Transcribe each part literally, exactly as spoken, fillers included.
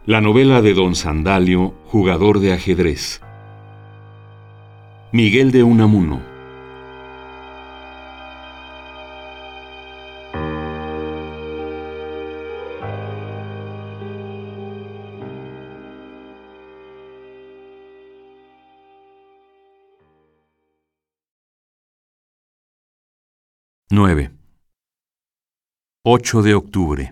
La novela de Don Sandalio, jugador de ajedrez. Miguel de Unamuno. nueve. ocho de octubre.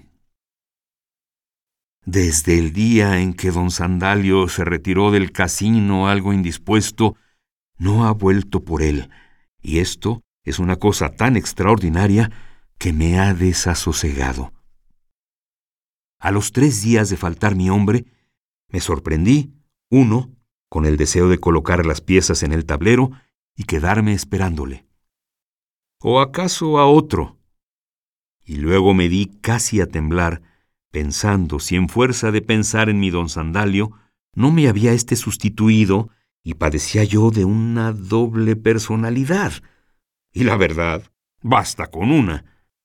Desde el día en que don Sandalio se retiró del casino algo indispuesto, no ha vuelto por él, y esto es una cosa tan extraordinaria que me ha desasosegado. A los tres días de faltar mi hombre, me sorprendí, uno, con el deseo de colocar las piezas en el tablero y quedarme esperándole. ¿O acaso a otro? Y luego me di casi a temblar, pensando si en fuerza de pensar en mi don Sandalio no me había éste sustituido y padecía yo de una doble personalidad. Y la verdad, basta con una.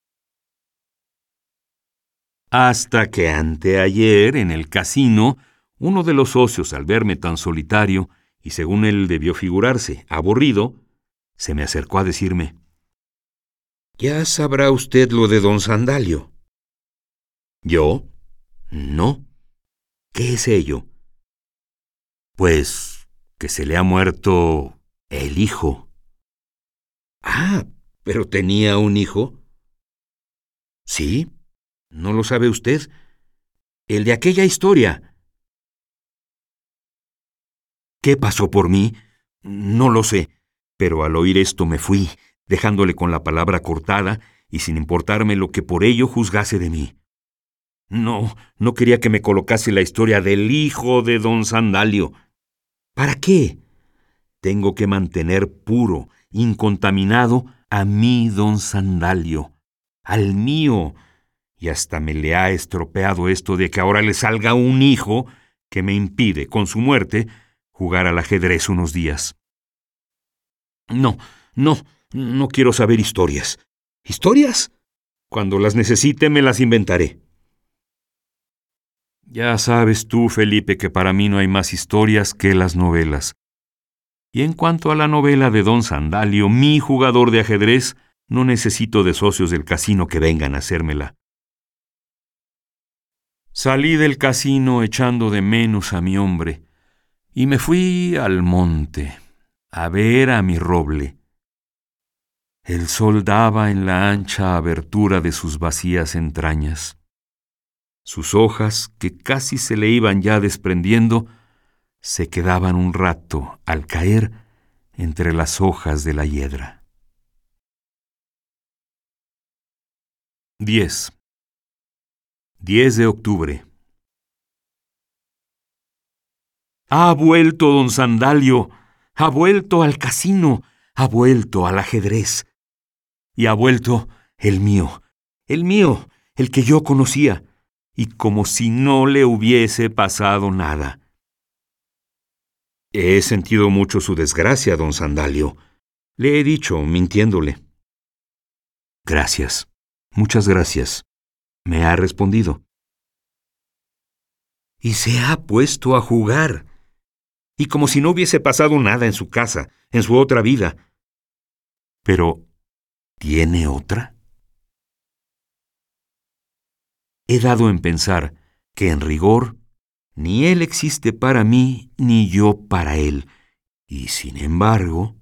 Hasta que anteayer, en el casino, uno de los socios, al verme tan solitario, y según él debió figurarse, aburrido, se me acercó a decirme: «¿Ya sabrá usted lo de don Sandalio?» ¿Yo? No. ¿Qué es ello? Pues que se le ha muerto el hijo. Ah, ¿pero tenía un hijo? Sí. ¿No lo sabe usted? El de aquella historia. ¿Qué pasó por mí? No lo sé, pero al oír esto me fui, dejándole con la palabra cortada y sin importarme lo que por ello juzgase de mí. No, no quería que me colocase la historia del hijo de don Sandalio. ¿Para qué? Tengo que mantener puro, incontaminado a mi don Sandalio, al mío, y hasta me le ha estropeado esto de que ahora le salga un hijo que me impide, con su muerte, jugar al ajedrez unos días. No, no, no quiero saber historias. ¿Historias? Cuando las necesite me las inventaré. Ya sabes tú, Felipe, que para mí no hay más historias que las novelas. Y en cuanto a la novela de don Sandalio, mi jugador de ajedrez, no necesito de socios del casino que vengan a hacérmela. Salí del casino echando de menos a mi hombre, y me fui al monte, a ver a mi roble. El sol daba en la ancha abertura de sus vacías entrañas. Sus hojas, que casi se le iban ya desprendiendo, se quedaban un rato, al caer, entre las hojas de la hiedra. diez. diez de octubre. Ha vuelto don Sandalio, ha vuelto al casino, ha vuelto al ajedrez. Y ha vuelto el mío, el mío, el que yo conocía, y como si no le hubiese pasado nada. He sentido mucho su desgracia, don Sandalio. Le he dicho, mintiéndole. Gracias, muchas gracias, me ha respondido. Y se ha puesto a jugar, y como si no hubiese pasado nada en su casa, en su otra vida. Pero, ¿tiene otra? He dado en pensar que en rigor ni él existe para mí ni yo para él, y sin embargo,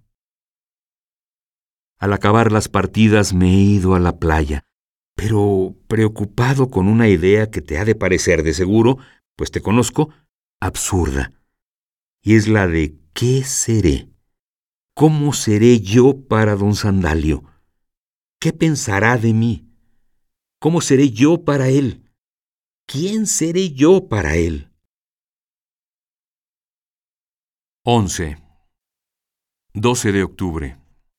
al acabar las partidas me he ido a la playa, pero preocupado con una idea que te ha de parecer de seguro, pues te conozco, absurda, y es la de ¿qué seré? ¿Cómo seré yo para don Sandalio? ¿Qué pensará de mí? ¿Cómo seré yo para él? ¿Quién seré yo para él? once. doce de octubre.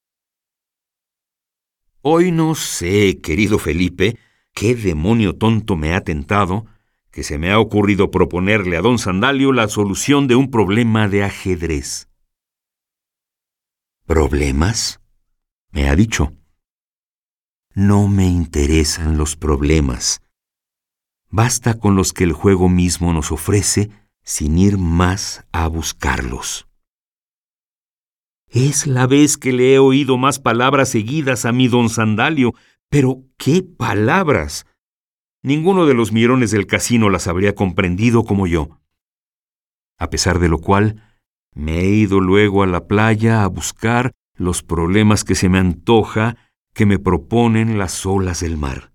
Hoy no sé, querido Felipe, qué demonio tonto me ha tentado, que se me ha ocurrido proponerle a don Sandalio la solución de un problema de ajedrez. ¿Problemas? Me ha dicho. No me interesan los problemas. basta con los que el juego mismo nos ofrece sin ir más a buscarlos. Es la vez que le he oído más palabras seguidas a mi don Sandalio, pero ¿qué palabras? Ninguno de los mirones del casino las habría comprendido como yo. A pesar de lo cual, me he ido luego a la playa a buscar los problemas que se me antoja que me proponen las olas del mar.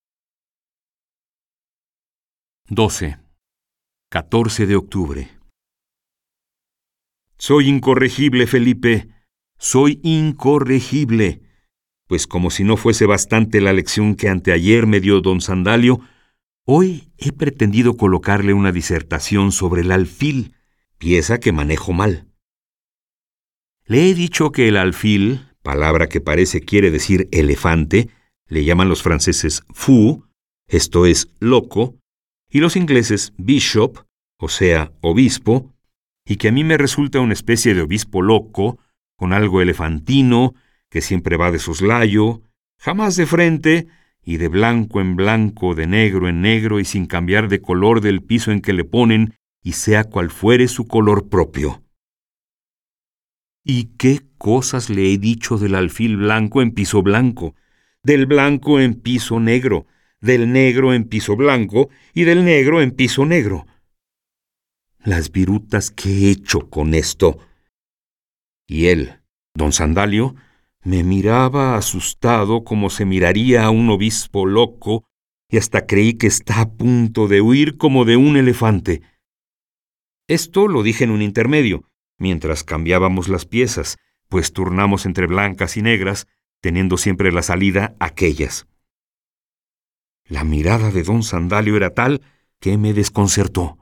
doce. catorce de octubre. Soy incorregible, Felipe. Soy incorregible. Pues como si no fuese bastante la lección que anteayer me dio don Sandalio, hoy he pretendido colocarle una disertación sobre el alfil, pieza que manejo mal. Le he dicho que el alfil, palabra que parece quiere decir elefante, le llaman los franceses fou, esto es loco, y los ingleses bishop, o sea, obispo, y que a mí me resulta una especie de obispo loco, con algo elefantino, que siempre va de soslayo, jamás de frente, y de blanco en blanco, de negro en negro, y sin cambiar de color del piso en que le ponen, y sea cual fuere su color propio. ¿Y qué cosas le he dicho del alfil blanco en piso blanco, del blanco en piso negro, del negro en piso blanco y del negro en piso negro? Las virutas que he hecho con esto. Y él, don Sandalio, me miraba asustado como se miraría a un obispo loco, y hasta creí que está a punto de huir como de un elefante. Esto lo dije en un intermedio, mientras cambiábamos las piezas, pues turnamos entre blancas y negras, teniendo siempre la salida aquellas. La mirada de don Sandalio era tal que me desconcertó.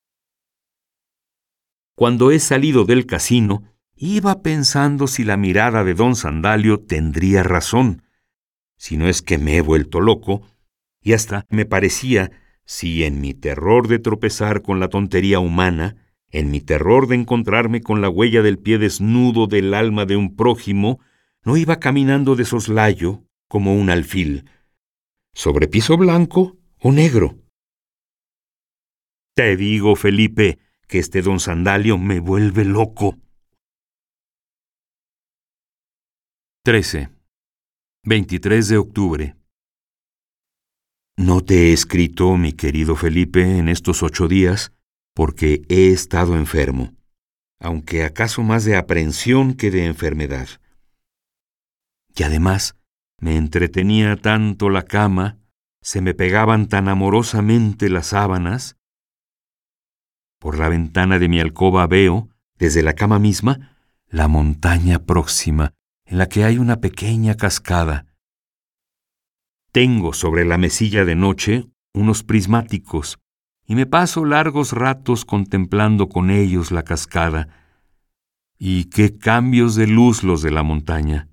Cuando he salido del casino, iba pensando si la mirada de don Sandalio tendría razón, si no es que me he vuelto loco, y hasta me parecía, si en mi terror de tropezar con la tontería humana, en mi terror de encontrarme con la huella del pie desnudo del alma de un prójimo, no iba caminando de soslayo como un alfil, sobre piso blanco o negro. Te digo, Felipe, que este don Sandalio me vuelve loco. trece. veintitrés de octubre. No te he escrito, mi querido Felipe, en estos ocho días, porque he estado enfermo, aunque acaso más de aprensión que de enfermedad. Y además, me entretenía tanto la cama, se me pegaban tan amorosamente las sábanas. Por la ventana de mi alcoba veo, desde la cama misma, la montaña próxima, en la que hay una pequeña cascada. Tengo sobre la mesilla de noche unos prismáticos, y me paso largos ratos contemplando con ellos la cascada. Y qué cambios de luz los de la montaña.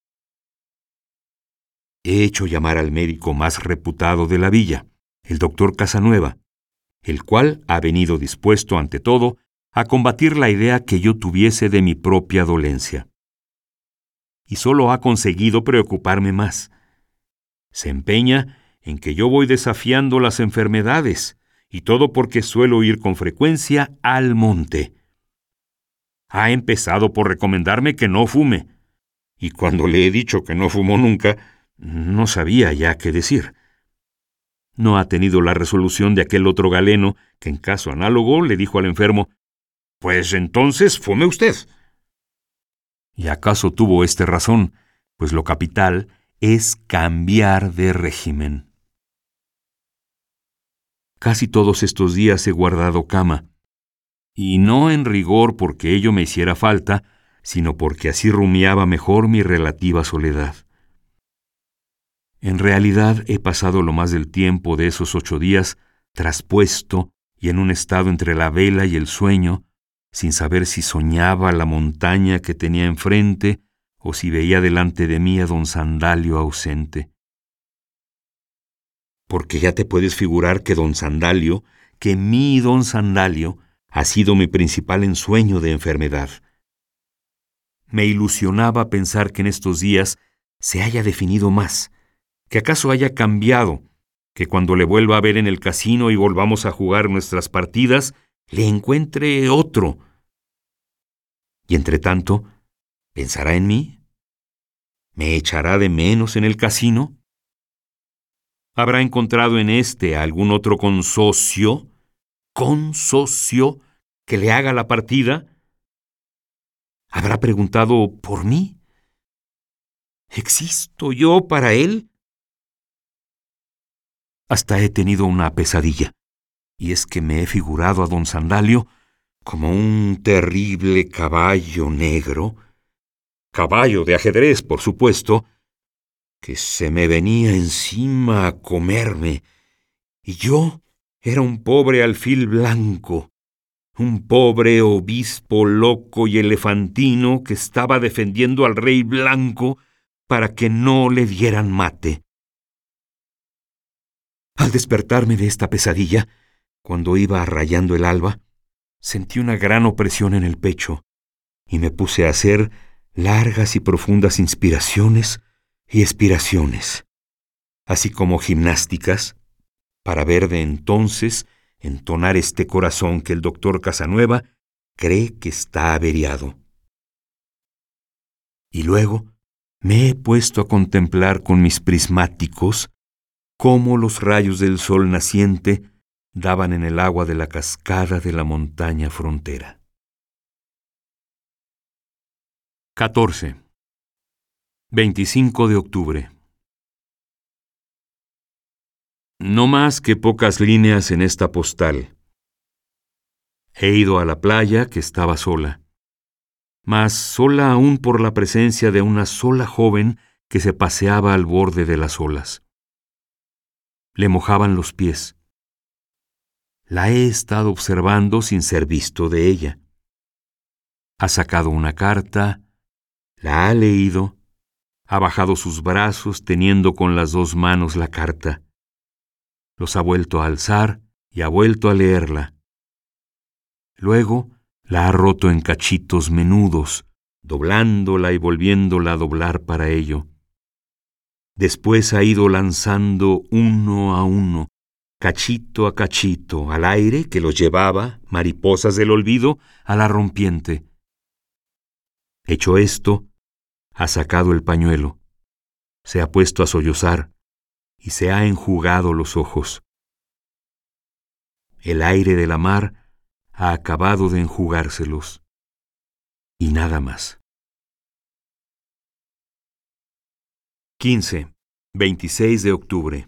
He hecho llamar al médico más reputado de la villa, el doctor Casanueva, el cual ha venido dispuesto, ante todo, a combatir la idea que yo tuviese de mi propia dolencia. Y solo ha conseguido preocuparme más. Se empeña en que yo voy desafiando las enfermedades, y todo porque suelo ir con frecuencia al monte. Ha empezado por recomendarme que no fume, y cuando le he dicho que no fumo nunca, no sabía ya qué decir. No ha tenido la resolución de aquel otro galeno que en caso análogo le dijo al enfermo: «Pues entonces fume usted». ¿Y acaso tuvo éste razón? Pues lo capital es cambiar de régimen. Casi todos estos días he guardado cama, y no en rigor porque ello me hiciera falta, sino porque así rumiaba mejor mi relativa soledad. En realidad he pasado lo más del tiempo de esos ocho días traspuesto y en un estado entre la vela y el sueño, sin saber si soñaba la montaña que tenía enfrente o si veía delante de mí a don Sandalio ausente. Porque ya te puedes figurar que don Sandalio, que mi don Sandalio, ha sido mi principal ensueño de enfermedad. Me ilusionaba pensar que en estos días se haya definido más, que acaso haya cambiado, que cuando le vuelva a ver en el casino y volvamos a jugar nuestras partidas, le encuentre otro. Y entre tanto, ¿pensará en mí? ¿Me echará de menos en el casino? ¿Habrá encontrado en éste algún otro consocio, consocio, que le haga la partida? ¿Habrá preguntado por mí? ¿Existo yo para él? Hasta he tenido una pesadilla, y es que me he figurado a don Sandalio como un terrible caballo negro, caballo de ajedrez, por supuesto, que se me venía encima a comerme, y yo era un pobre alfil blanco, un pobre obispo loco y elefantino que estaba defendiendo al rey blanco para que no le dieran mate. Al despertarme de esta pesadilla, cuando iba rayando el alba, sentí una gran opresión en el pecho y me puse a hacer largas y profundas inspiraciones y expiraciones, así como gimnásticas, para ver de entonces entonar este corazón que el doctor Casanueva cree que está averiado. Y luego me he puesto a contemplar con mis prismáticos cómo los rayos del sol naciente daban en el agua de la cascada de la montaña frontera. catorce. veinticinco de octubre. No más que pocas líneas en esta postal. He ido a la playa, que estaba sola, mas sola aún por la presencia de una sola joven que se paseaba al borde de las olas. Le mojaban los pies. La he estado observando sin ser visto de ella. Ha sacado una carta, la ha leído, ha bajado sus brazos teniendo con las dos manos la carta. Los ha vuelto a alzar y ha vuelto a leerla. Luego la ha roto en cachitos menudos, doblándola y volviéndola a doblar para ello. Después ha ido lanzando uno a uno, cachito a cachito, al aire que los llevaba, mariposas del olvido, a la rompiente. Hecho esto, ha sacado el pañuelo, se ha puesto a sollozar y se ha enjugado los ojos. El aire de la mar ha acabado de enjugárselos. Y nada más. quince. veintiséis de octubre.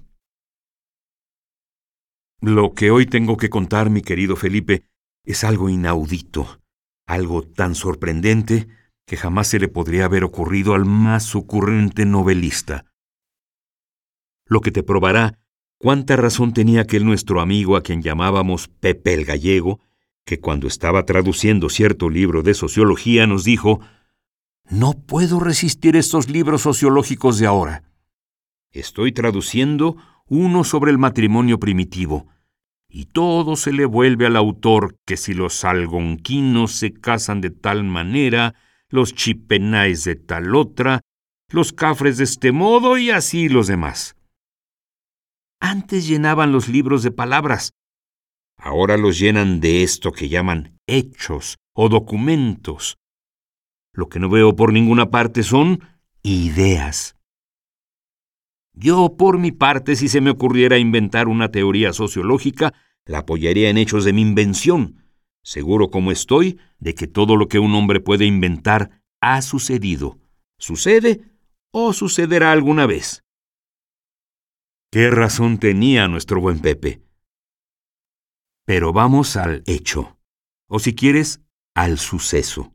Lo que hoy tengo que contar, mi querido Felipe, es algo inaudito, algo tan sorprendente que jamás se le podría haber ocurrido al más ocurrente novelista. Lo que te probará cuánta razón tenía aquel nuestro amigo a quien llamábamos Pepe el Gallego, que cuando estaba traduciendo cierto libro de sociología nos dijo: «No puedo resistir estos libros sociológicos de ahora. Estoy traduciendo uno sobre el matrimonio primitivo, y todo se le vuelve al autor que si los algonquinos se casan de tal manera, los chipenáes de tal otra, los cafres de este modo y así los demás. Antes llenaban los libros de palabras, ahora los llenan de esto que llaman hechos o documentos. Lo que no veo por ninguna parte son ideas. Yo, por mi parte, si se me ocurriera inventar una teoría sociológica, la apoyaría en hechos de mi invención, seguro como estoy de que todo lo que un hombre puede inventar ha sucedido, sucede o sucederá alguna vez». ¿Qué razón tenía nuestro buen Pepe? Pero vamos al hecho, o si quieres, al suceso.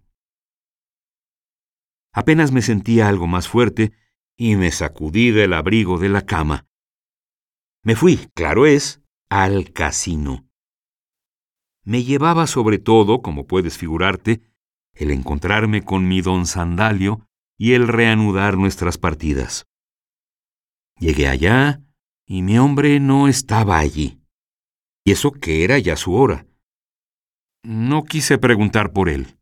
Apenas me sentía algo más fuerte y me sacudí del abrigo de la cama. Me fui, claro es, al casino. Me llevaba sobre todo, como puedes figurarte, el encontrarme con mi don Sandalio y el reanudar nuestras partidas. Llegué allá y mi hombre no estaba allí. Y eso que era ya su hora. No quise preguntar por él.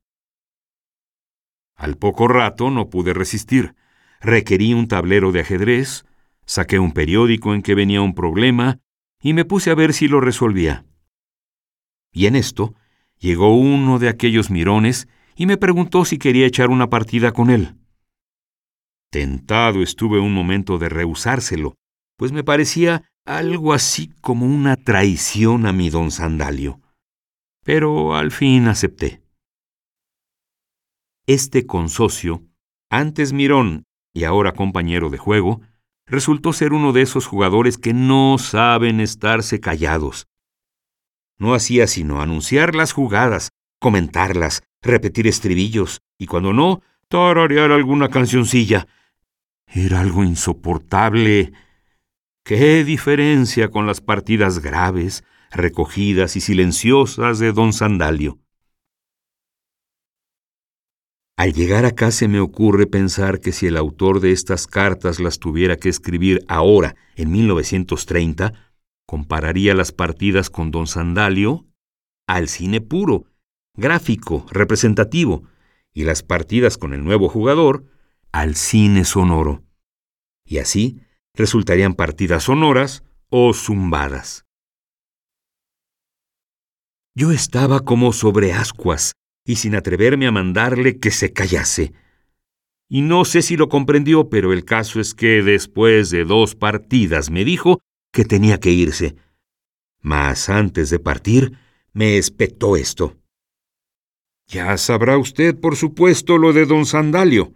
Al poco rato no pude resistir. Requerí un tablero de ajedrez, Saqué un periódico en que venía un problema y me puse a ver si lo resolvía. Y en esto llegó uno de aquellos mirones y me preguntó si quería echar una partida con él. Tentado estuve un momento de rehusárselo, pues me parecía algo así como una traición a mi don Sandalio. Pero al fin acepté. Este consocio, antes mirón y ahora compañero de juego, resultó ser uno de esos jugadores que no saben estarse callados. No hacía sino anunciar las jugadas, comentarlas, repetir estribillos y cuando no, tararear alguna cancioncilla. Era algo insoportable. ¡Qué diferencia con las partidas graves, recogidas y silenciosas de don Sandalio! Al llegar acá se me ocurre pensar que si el autor de estas cartas las tuviera que escribir ahora, en mil novecientos treinta, compararía las partidas con don Sandalio al cine puro, gráfico, representativo, y las partidas con el nuevo jugador al cine sonoro. Y así resultarían partidas sonoras o zumbadas. Yo estaba como sobre ascuas y sin atreverme a mandarle que se callase. Y no sé si lo comprendió, pero el caso es que después de dos partidas me dijo que tenía que irse. Mas antes de partir, me espetó esto. Ya sabrá usted, por supuesto, lo de don Sandalio.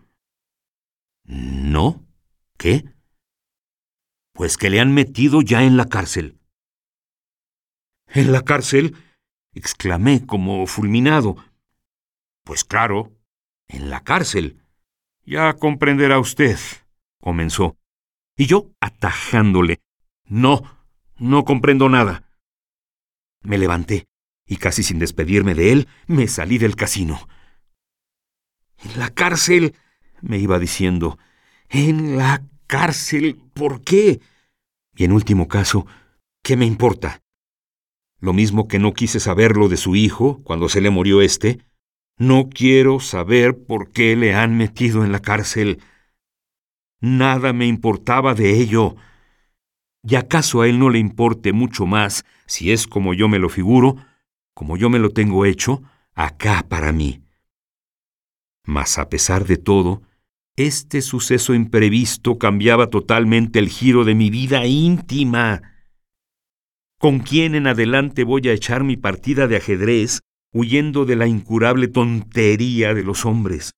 ¿No? ¿Qué? Pues que le han metido ya en la cárcel. ¿En la cárcel? Exclamé como fulminado. Pues claro, en la cárcel. Ya comprenderá usted, comenzó. Y yo atajándole. No, no comprendo nada. Me levanté y casi sin despedirme de él, me salí del casino. En la cárcel, me iba diciendo. En la cárcel, ¿por qué? Y en último caso, ¿qué me importa? Lo mismo que no quise saberlo de su hijo cuando se le murió éste, no quiero saber por qué le han metido en la cárcel. Nada me importaba de ello. ¿Y acaso a él no le importe mucho más, si es como yo me lo figuro, como yo me lo tengo hecho, acá para mí? Mas a pesar de todo, este suceso imprevisto cambiaba totalmente el giro de mi vida íntima. ¿Con quién en adelante voy a echar mi partida de ajedrez, huyendo de la incurable tontería de los hombres?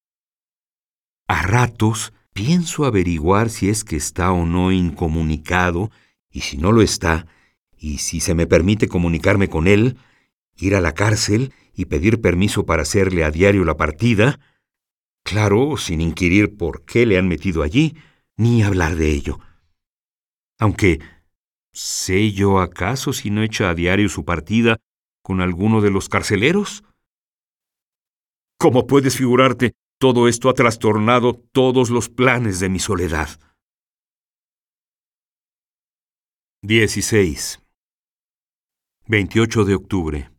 A ratos pienso averiguar si es que está o no incomunicado, y si no lo está, y si se me permite comunicarme con él, ir a la cárcel y pedir permiso para hacerle a diario la partida, claro, sin inquirir por qué le han metido allí, ni hablar de ello. Aunque, ¿sé yo acaso si no echa a diario su partida con alguno de los carceleros? ¿Cómo puedes figurarte? Todo esto ha trastornado todos los planes de mi soledad. dieciséis. veintiocho de octubre.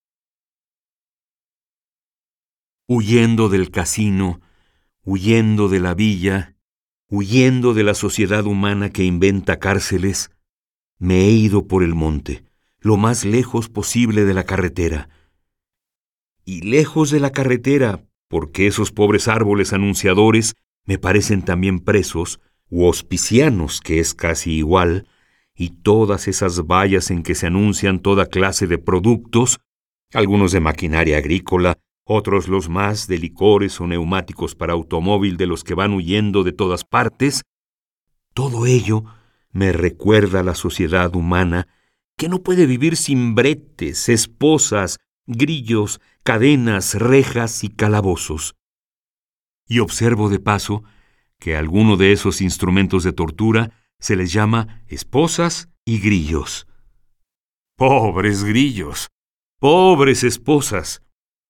Huyendo del casino, huyendo de la villa, huyendo de la sociedad humana que inventa cárceles, me he ido por el monte, lo más lejos posible de la carretera. Y lejos de la carretera, porque esos pobres árboles anunciadores me parecen también presos, u hospicianos, que es casi igual, y todas esas vallas en que se anuncian toda clase de productos, algunos de maquinaria agrícola, otros los más de licores o neumáticos para automóvil de los que van huyendo de todas partes, todo ello me recuerda a la sociedad humana que no puede vivir sin bretes, esposas, grillos, cadenas, rejas y calabozos. Y observo de paso que a alguno de esos instrumentos de tortura se les llama esposas y grillos. ¡Pobres grillos! ¡Pobres esposas!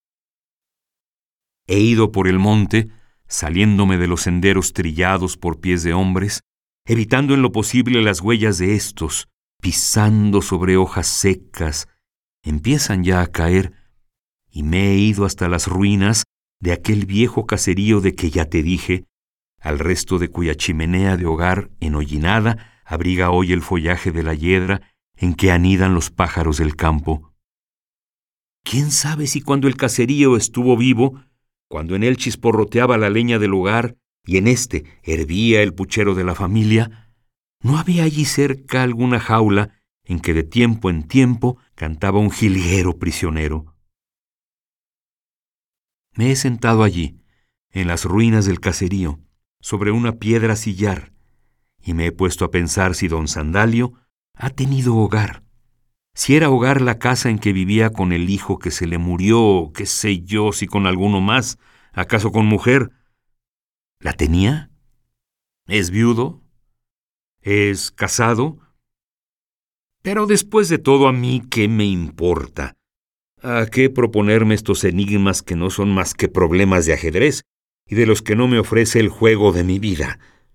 He ido por el monte, saliéndome de los senderos trillados por pies de hombres, evitando en lo posible las huellas de estos, pisando sobre hojas secas, empiezan ya a caer, y me he ido hasta las ruinas de aquel viejo caserío de que ya te dije, al resto de cuya chimenea de hogar enhollinada abriga hoy el follaje de la hiedra en que anidan los pájaros del campo. ¿Quién sabe si cuando el caserío estuvo vivo, cuando en él chisporroteaba la leña del hogar y en éste hervía el puchero de la familia, no había allí cerca alguna jaula en que de tiempo en tiempo cantaba un jilguero prisionero? Me he sentado allí, en las ruinas del caserío, sobre una piedra sillar, y me he puesto a pensar si don Sandalio ha tenido hogar. Si era hogar la casa en que vivía con el hijo que se le murió, qué sé yo, si con alguno más, acaso con mujer. ¿La tenía? ¿Es viudo? ¿Es casado? Pero después de todo, ¿a mí qué me importa? ¿A qué proponerme estos enigmas que no son más que problemas de ajedrez y de los que no me ofrece el juego de mi vida?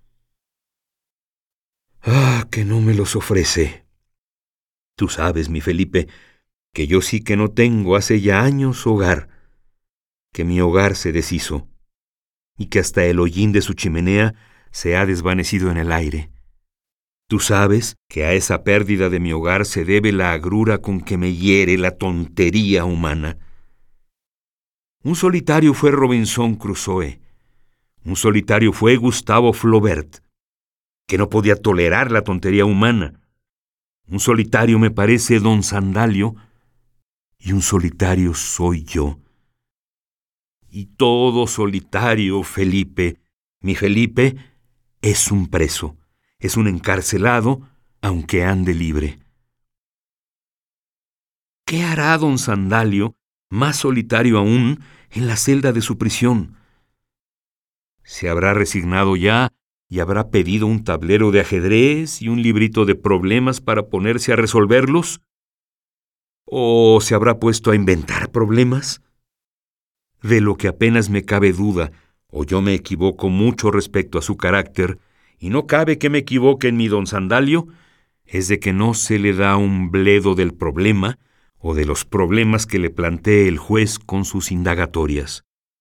Ah, que no me los ofrece. Tú sabes, mi Felipe, que yo sí que no tengo hace ya años hogar, que mi hogar se deshizo, y que hasta el hollín de su chimenea se ha desvanecido en el aire. Tú sabes que a esa pérdida de mi hogar se debe la agrura con que me hiere la tontería humana. Un solitario fue Robinson Crusoe, un solitario fue Gustavo Flaubert, que no podía tolerar la tontería humana. Un solitario me parece don Sandalio, y un solitario soy yo. Y todo solitario, Felipe, mi Felipe, es un preso, es un encarcelado, aunque ande libre. ¿Qué hará don Sandalio, más solitario aún, en la celda de su prisión? ¿Se habrá resignado ya y habrá pedido un tablero de ajedrez y un librito de problemas para ponerse a resolverlos? ¿O se habrá puesto a inventar problemas? De lo que apenas me cabe duda, o yo me equivoco mucho respecto a su carácter, y no cabe que me equivoque en mi don Sandalio, es de que no se le da un bledo del problema o de los problemas que le plantee el juez con sus indagatorias.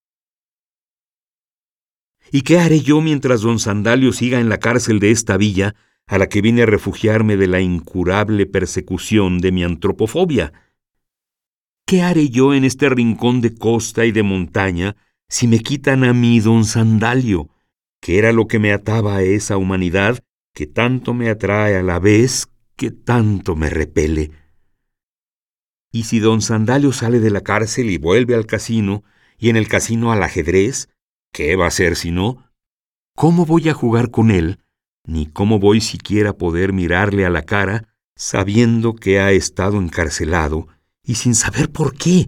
¿Y qué haré yo mientras don Sandalio siga en la cárcel de esta villa a la que vine a refugiarme de la incurable persecución de mi antropofobia? ¿Qué haré yo en este rincón de costa y de montaña si me quitan a mí don Sandalio, que era lo que me ataba a esa humanidad que tanto me atrae a la vez que tanto me repele? Y si don Sandalio sale de la cárcel y vuelve al casino, y en el casino al ajedrez, ¿qué va a hacer si no? ¿Cómo voy a jugar con él, ni cómo voy siquiera a poder mirarle a la cara, sabiendo que ha estado encarcelado y sin saber por qué?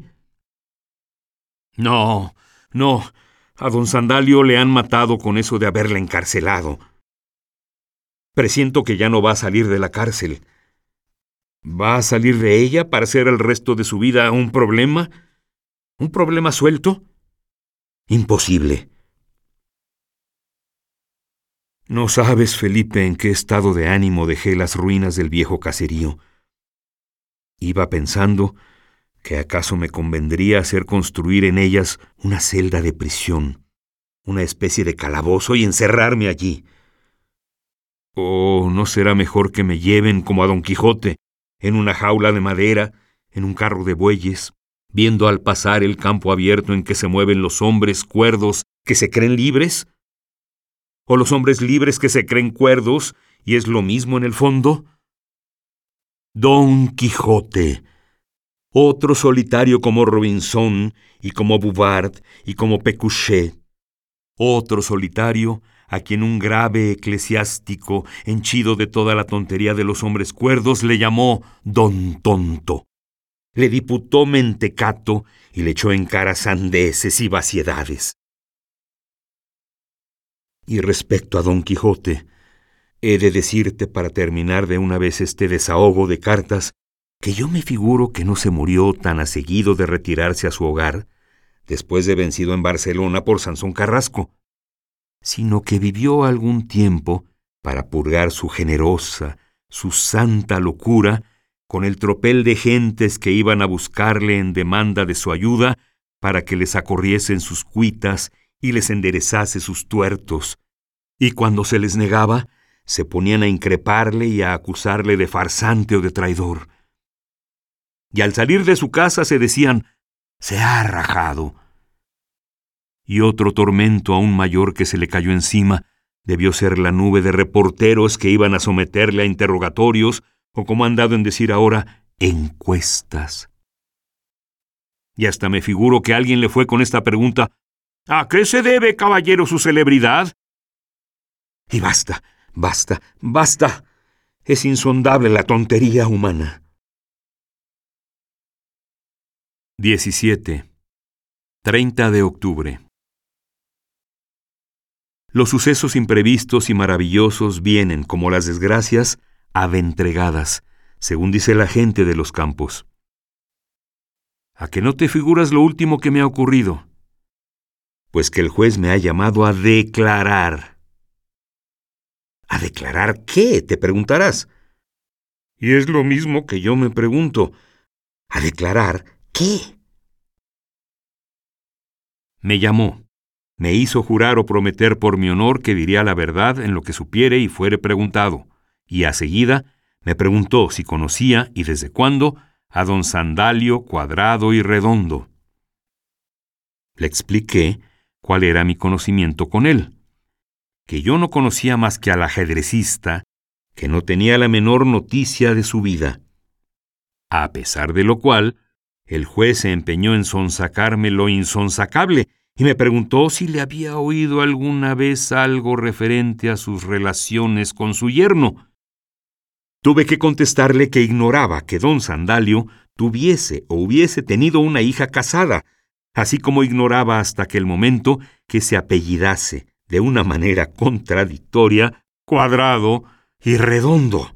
No, no, a don Sandalio le han matado con eso de haberle encarcelado. Presiento que ya no va a salir de la cárcel. ¿Va a salir de ella para hacer el resto de su vida un problema? ¿Un problema suelto? Imposible. No sabes, Felipe, en qué estado de ánimo dejé las ruinas del viejo caserío. Iba pensando que acaso me convendría hacer construir en ellas una celda de prisión, una especie de calabozo y encerrarme allí. ¿O no será mejor que me lleven como a Don Quijote, en una jaula de madera, en un carro de bueyes, viendo al pasar el campo abierto en que se mueven los hombres cuerdos que se creen libres? ¿O los hombres libres que se creen cuerdos y es lo mismo en el fondo? Don Quijote, otro solitario como Robinson y como Bouvard y como Pécuchet, otro solitario a quien un grave eclesiástico, henchido de toda la tontería de los hombres cuerdos, le llamó Don Tonto, le diputó mentecato y le echó en cara sandeces y vaciedades. Y respecto a Don Quijote, he de decirte para terminar de una vez este desahogo de cartas, que yo me figuro que no se murió tan a seguido de retirarse a su hogar, después de vencido en Barcelona por Sansón Carrasco, sino que vivió algún tiempo para purgar su generosa, su santa locura, con el tropel de gentes que iban a buscarle en demanda de su ayuda para que les acorriesen sus cuitas y les enderezase sus tuertos, Y cuando se les negaba, se ponían a increparle y a acusarle de farsante o de traidor. Y al salir de su casa se decían, «Se ha rajado». Y otro tormento aún mayor que se le cayó encima debió ser la nube de reporteros que iban a someterle a interrogatorios, o como han dado en decir ahora, encuestas. Y hasta me figuro que alguien le fue con esta pregunta, «¿A qué se debe, caballero, su celebridad?» Y basta, basta, basta. Es insondable la tontería humana. diecisiete. treinta de octubre. Los sucesos imprevistos y maravillosos vienen, como las desgracias, aventregadas, según dice la gente de los campos. ¿A que no te figuras lo último que me ha ocurrido? Pues que el juez me ha llamado a declarar. ¿A declarar qué?, te preguntarás. Y es lo mismo que yo me pregunto. ¿A declarar qué? Me llamó. Me hizo jurar o prometer por mi honor que diría la verdad en lo que supiere y fuere preguntado, y a seguida me preguntó si conocía y desde cuándo a don Sandalio Cuadrado y Redondo. Le expliqué cuál era mi conocimiento con él, que yo no conocía más que al ajedrecista, que no tenía la menor noticia de su vida. A pesar de lo cual, el juez se empeñó en sonsacarme lo insonsacable, y me preguntó si le había oído alguna vez algo referente a sus relaciones con su yerno. Tuve que contestarle que ignoraba que don Sandalio tuviese o hubiese tenido una hija casada, así como ignoraba hasta aquel momento que se apellidase, de una manera contradictoria, Cuadrado y Redondo.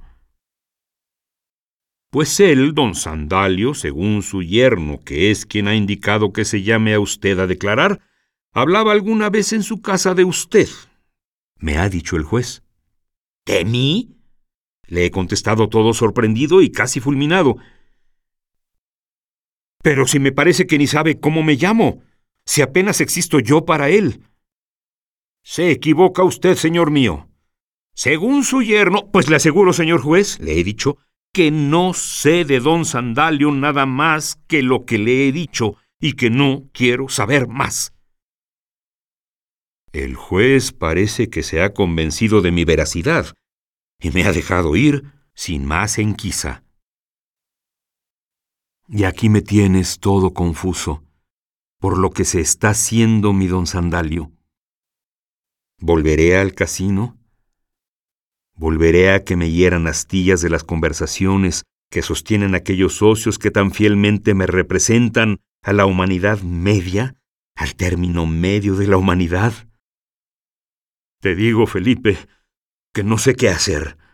Pues él, don Sandalio, según su yerno, que es quien ha indicado que se llame a usted a declarar, hablaba alguna vez en su casa de usted, me ha dicho el juez. ¿De mí? Le he contestado todo sorprendido y casi fulminado. Pero si me parece que ni sabe cómo me llamo, si apenas existo yo para él. Se equivoca usted, señor mío. Según su yerno, pues le aseguro, señor juez, le he dicho, que no sé de don Sandalio nada más que lo que le he dicho y que no quiero saber más. El juez parece que se ha convencido de mi veracidad y me ha dejado ir sin más enquisa. Y aquí me tienes todo confuso por lo que se está haciendo mi don Sandalio. ¿Volveré al casino? ¿Volveré a que me hieran astillas de las conversaciones que sostienen aquellos socios que tan fielmente me representan a la humanidad media, al término medio de la humanidad? Te digo, Felipe, que no sé qué hacer.